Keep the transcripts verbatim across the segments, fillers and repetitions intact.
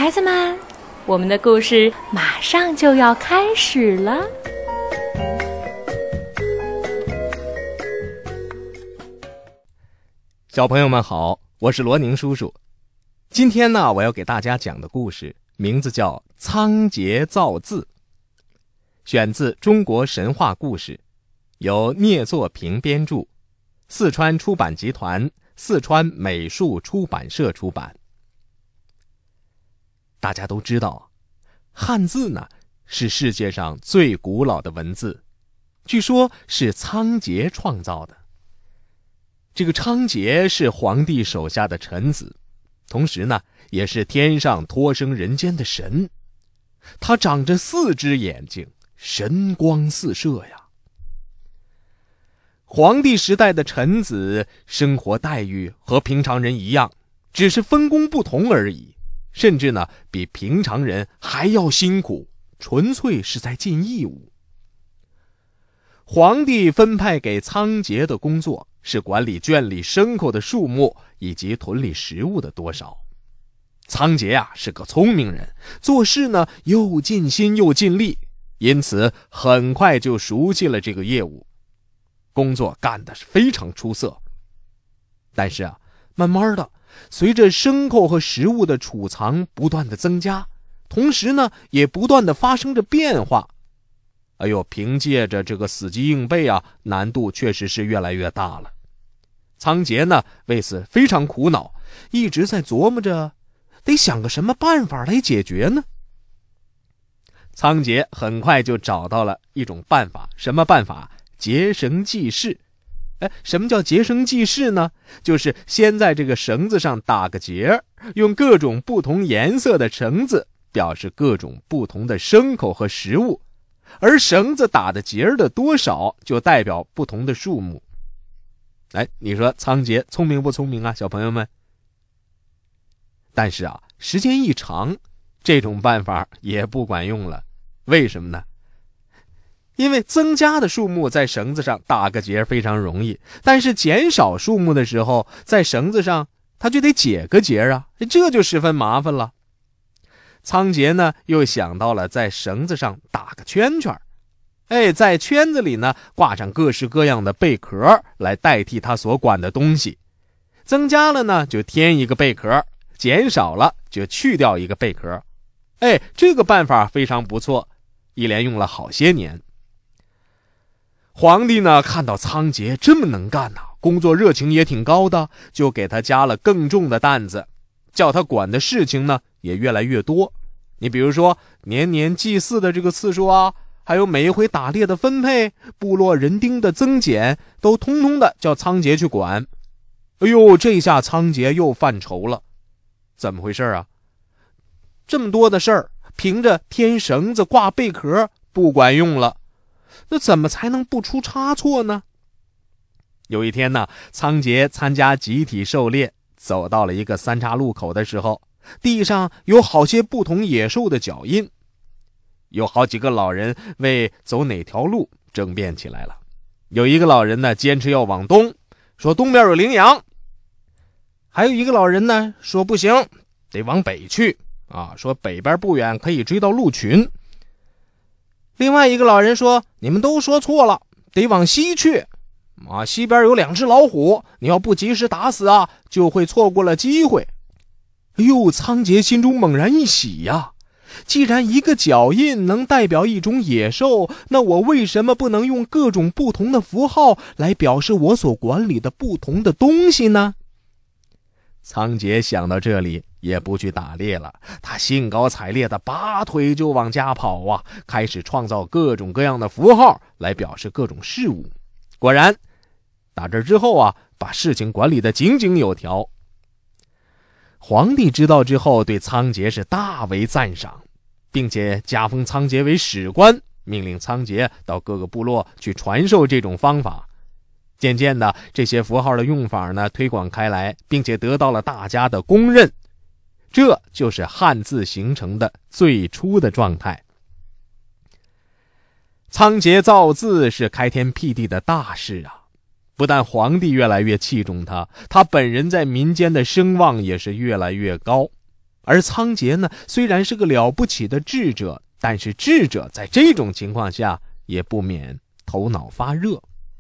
孩子们，我们的故事马上就要开始了。 小朋友们好，我是罗宁叔叔。今天呢，我要给大家讲的故事名字叫《仓颉造字》，选自《中国神话故事》，由聂作平编著，四川出版集团四川美术出版社出版。大家都知道，汉字呢是世界上最古老的文字，据说是仓颉创造的。这个仓颉是皇帝手下的臣子，同时呢也是天上托生人间的神。他长着四只眼睛，神光四射呀。皇帝时代的臣子生活待遇和平常人一样，只是分工不同而已，甚至呢比平常人还要辛苦，纯粹是在尽义务。皇帝分派给仓颉的工作是管理圈里牲口的数目以及屯里食物的多少。仓颉啊是个聪明人，做事呢又尽心又尽力，因此很快就熟悉了这个业务，工作干得是非常出色。但是啊，慢慢的，随着牲口和食物的储藏不断的增加，同时呢也不断的发生着变化。哎呦，凭借着这个死记硬背啊，难度确实是越来越大了。仓颉呢为此非常苦恼，一直在琢磨着得想个什么办法来解决呢。仓颉很快就找到了一种办法，什么办法？结绳记事。哎，什么叫结绳记事呢？就是先在这个绳子上打个结，用各种不同颜色的绳子表示各种不同的牲口和食物，而绳子打的结的多少就代表不同的数目。哎，你说仓颉聪明不聪明啊，小朋友们？但是啊，时间一长，这种办法也不管用了。为什么呢？因为增加的数目在绳子上打个结非常容易，但是减少数目的时候，在绳子上它就得解个结啊，这就十分麻烦了。仓颉呢又想到了在绳子上打个圈圈，哎，在圈子里呢挂上各式各样的贝壳来代替他所管的东西，增加了呢就添一个贝壳，减少了就去掉一个贝壳。哎，这个办法非常不错，一连用了好些年。皇帝呢看到仓颉这么能干呢、啊，工作热情也挺高的，就给他加了更重的担子，叫他管的事情呢也越来越多。你比如说年年祭祀的这个次数啊，还有每一回打猎的分配，部落人丁的增减，都通通的叫仓颉去管。哎呦，这下仓颉又犯愁了。怎么回事啊？这么多的事儿，凭着添绳子挂贝壳不管用了，那怎么才能不出差错呢？有一天呢，仓颉参加集体狩猎，走到了一个三岔路口的时候，地上有好些不同野兽的脚印，有好几个老人为走哪条路争辩起来了。有一个老人呢坚持要往东，说东边有羚羊；还有一个老人呢说不行，得往北去啊，说北边不远可以追到鹿群。另外一个老人说，你们都说错了，得往西去啊，西边有两只老虎，你要不及时打死啊，就会错过了机会。哎呦，仓颉心中猛然一喜呀，既然一个脚印能代表一种野兽，那我为什么不能用各种不同的符号来表示我所管理的不同的东西呢？仓颉想到这里，也不去打猎了，他兴高采烈的拔腿就往家跑啊，开始创造各种各样的符号来表示各种事物。果然打这之后啊，把事情管理得井井有条。皇帝知道之后，对仓颉是大为赞赏，并且加封仓颉为史官，命令仓颉到各个部落去传授这种方法。渐渐的，这些符号的用法呢推广开来，并且得到了大家的公认。这就是汉字形成的最初的状态。仓颉造字是开天辟地的大事啊，不但皇帝越来越器重他，他本人在民间的声望也是越来越高。 而仓颉呢，虽然是个了不起的智者，但是智者在这种情况下也不免头脑发热。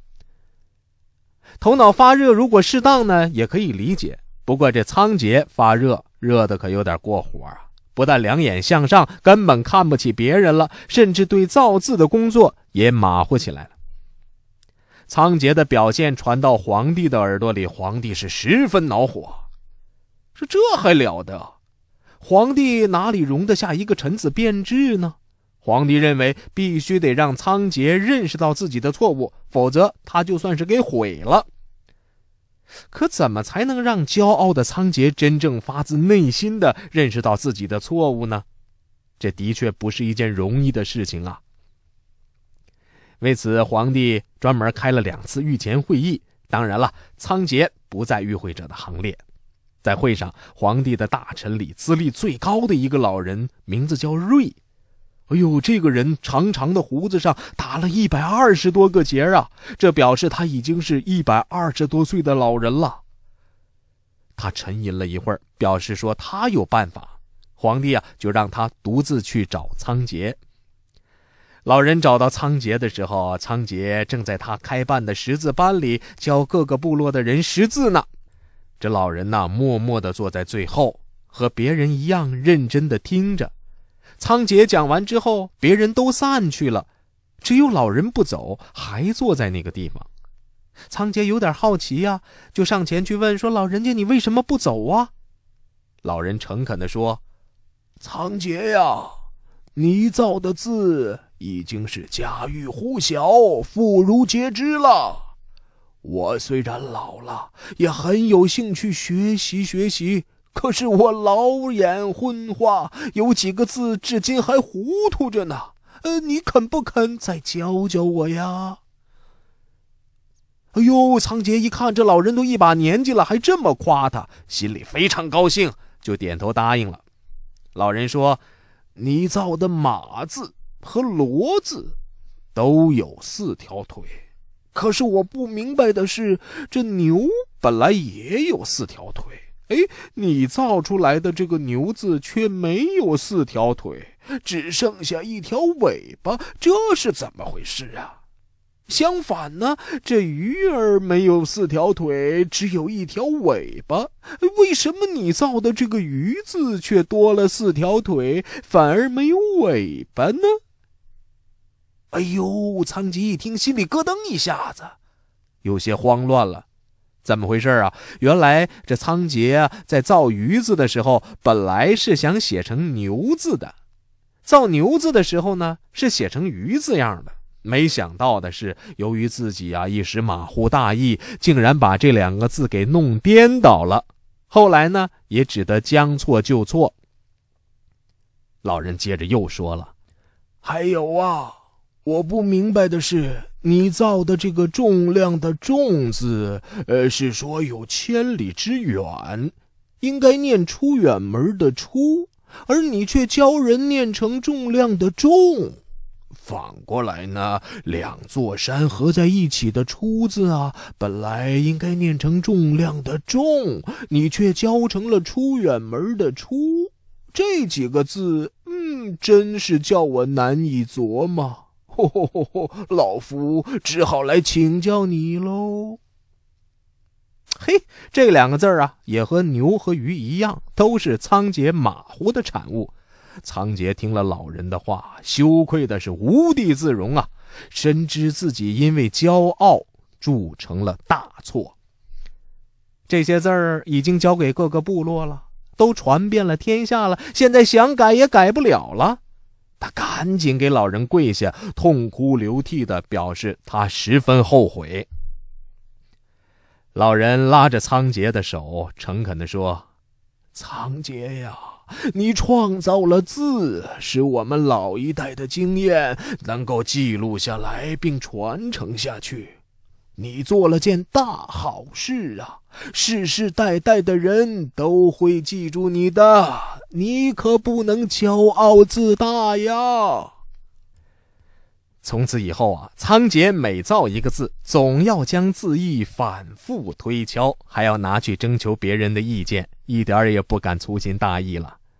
头脑发热如果适当呢，也可以理解。不过这仓颉发热，热的可有点过火啊！不但两眼向上，根本看不起别人了，甚至对造字的工作也马虎起来了。仓颉的表现传到皇帝的耳朵里，皇帝是十分恼火。说这还了得？皇帝哪里容得下一个臣子变质呢？皇帝认为必须得让仓颉认识到自己的错误，否则他就算是给毁了。可怎么才能让骄傲的仓颉真正发自内心的认识到自己的错误呢？这的确不是一件容易的事情啊。为此，皇帝专门开了两次御前会议，当然了，仓颉不在与会者的行列。在会上，皇帝的大臣里资历最高的一个老人，名字叫瑞。哎呦，这个人长长的胡子上打了一百二十多个结啊，这表示他已经是一百二十多岁的老人了。他沉吟了一会儿，表示说他有办法。皇帝啊，就让他独自去找仓颉。老人找到仓颉的时候，仓颉正在他开办的识字班里教各个部落的人识字呢。这老人呢，默默地坐在最后，和别人一样认真地听着。仓颉讲完之后，别人都散去了，只有老人不走，还坐在那个地方。仓颉有点好奇呀、啊，就上前去问说：“老人家，你为什么不走啊？”老人诚恳地说：“仓颉呀，你造的字已经是家喻户晓、妇孺皆知了。我虽然老了，也很有兴趣学习学习。可是我老眼昏花，有几个字至今还糊涂着呢。呃，你肯不肯再教教我呀？”哎呦，仓颉一看这老人都一把年纪了，还这么夸他，心里非常高兴，就点头答应了。老人说：“你造的马字和骡字都有四条腿，可是我不明白的是，这牛本来也有四条腿。哎，你造出来的这个牛字却没有四条腿，只剩下一条尾巴，这是怎么回事啊？相反呢，这鱼儿没有四条腿，只有一条尾巴，为什么你造的这个鱼字却多了四条腿，反而没有尾巴呢？”哎呦，仓颉一听，心里咯噔一下子，有些慌乱了。怎么回事啊？原来这仓颉啊，在造鱼字的时候，本来是想写成牛字的；造牛字的时候呢，是写成鱼字样的。没想到的是，由于自己啊一时马虎大意，竟然把这两个字给弄颠倒了。后来呢，也只得将错就错。老人接着又说了：“还有啊，我不明白的是，你造的这个重量的重字，呃，是说有千里之远，应该念出远门的出，而你却教人念成重量的重。反过来呢，两座山合在一起的出字啊，本来应该念成重量的重，你却教成了出远门的出。这几个字，嗯，真是叫我难以琢磨。吼吼吼吼，老夫只好来请教你喽。”嘿，这两个字啊，也和牛和鱼一样，都是仓颉马虎的产物。仓颉听了老人的话，羞愧的是无地自容啊，深知自己因为骄傲铸成了大错。这些字儿已经交给各个部落了，都传遍了天下了，现在想改也改不了了。他赶紧给老人跪下，痛哭流涕地表示他十分后悔。老人拉着仓颉的手，诚恳地说：“仓颉呀，你创造了字，使我们老一代的经验能够记录下来并传承下去。你做了件大好事啊，世世代代的人都会记住你的，你可不能骄傲自大呀。”从此以后啊，仓颉每造一个字，总要将字义反复推敲，还要拿去征求别人的意见，一点也不敢粗心大意了。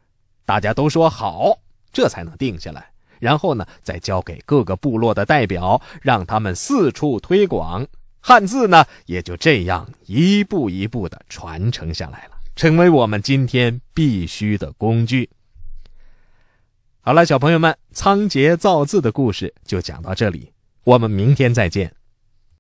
大家都说好，这才能定下来。然后呢，再交给各个部落的代表，让他们四处推广。汉字呢，也就这样一步一步地传承下来了，成为我们今天必须的工具。好了，小朋友们，仓颉造字的故事就讲到这里，我们明天再见。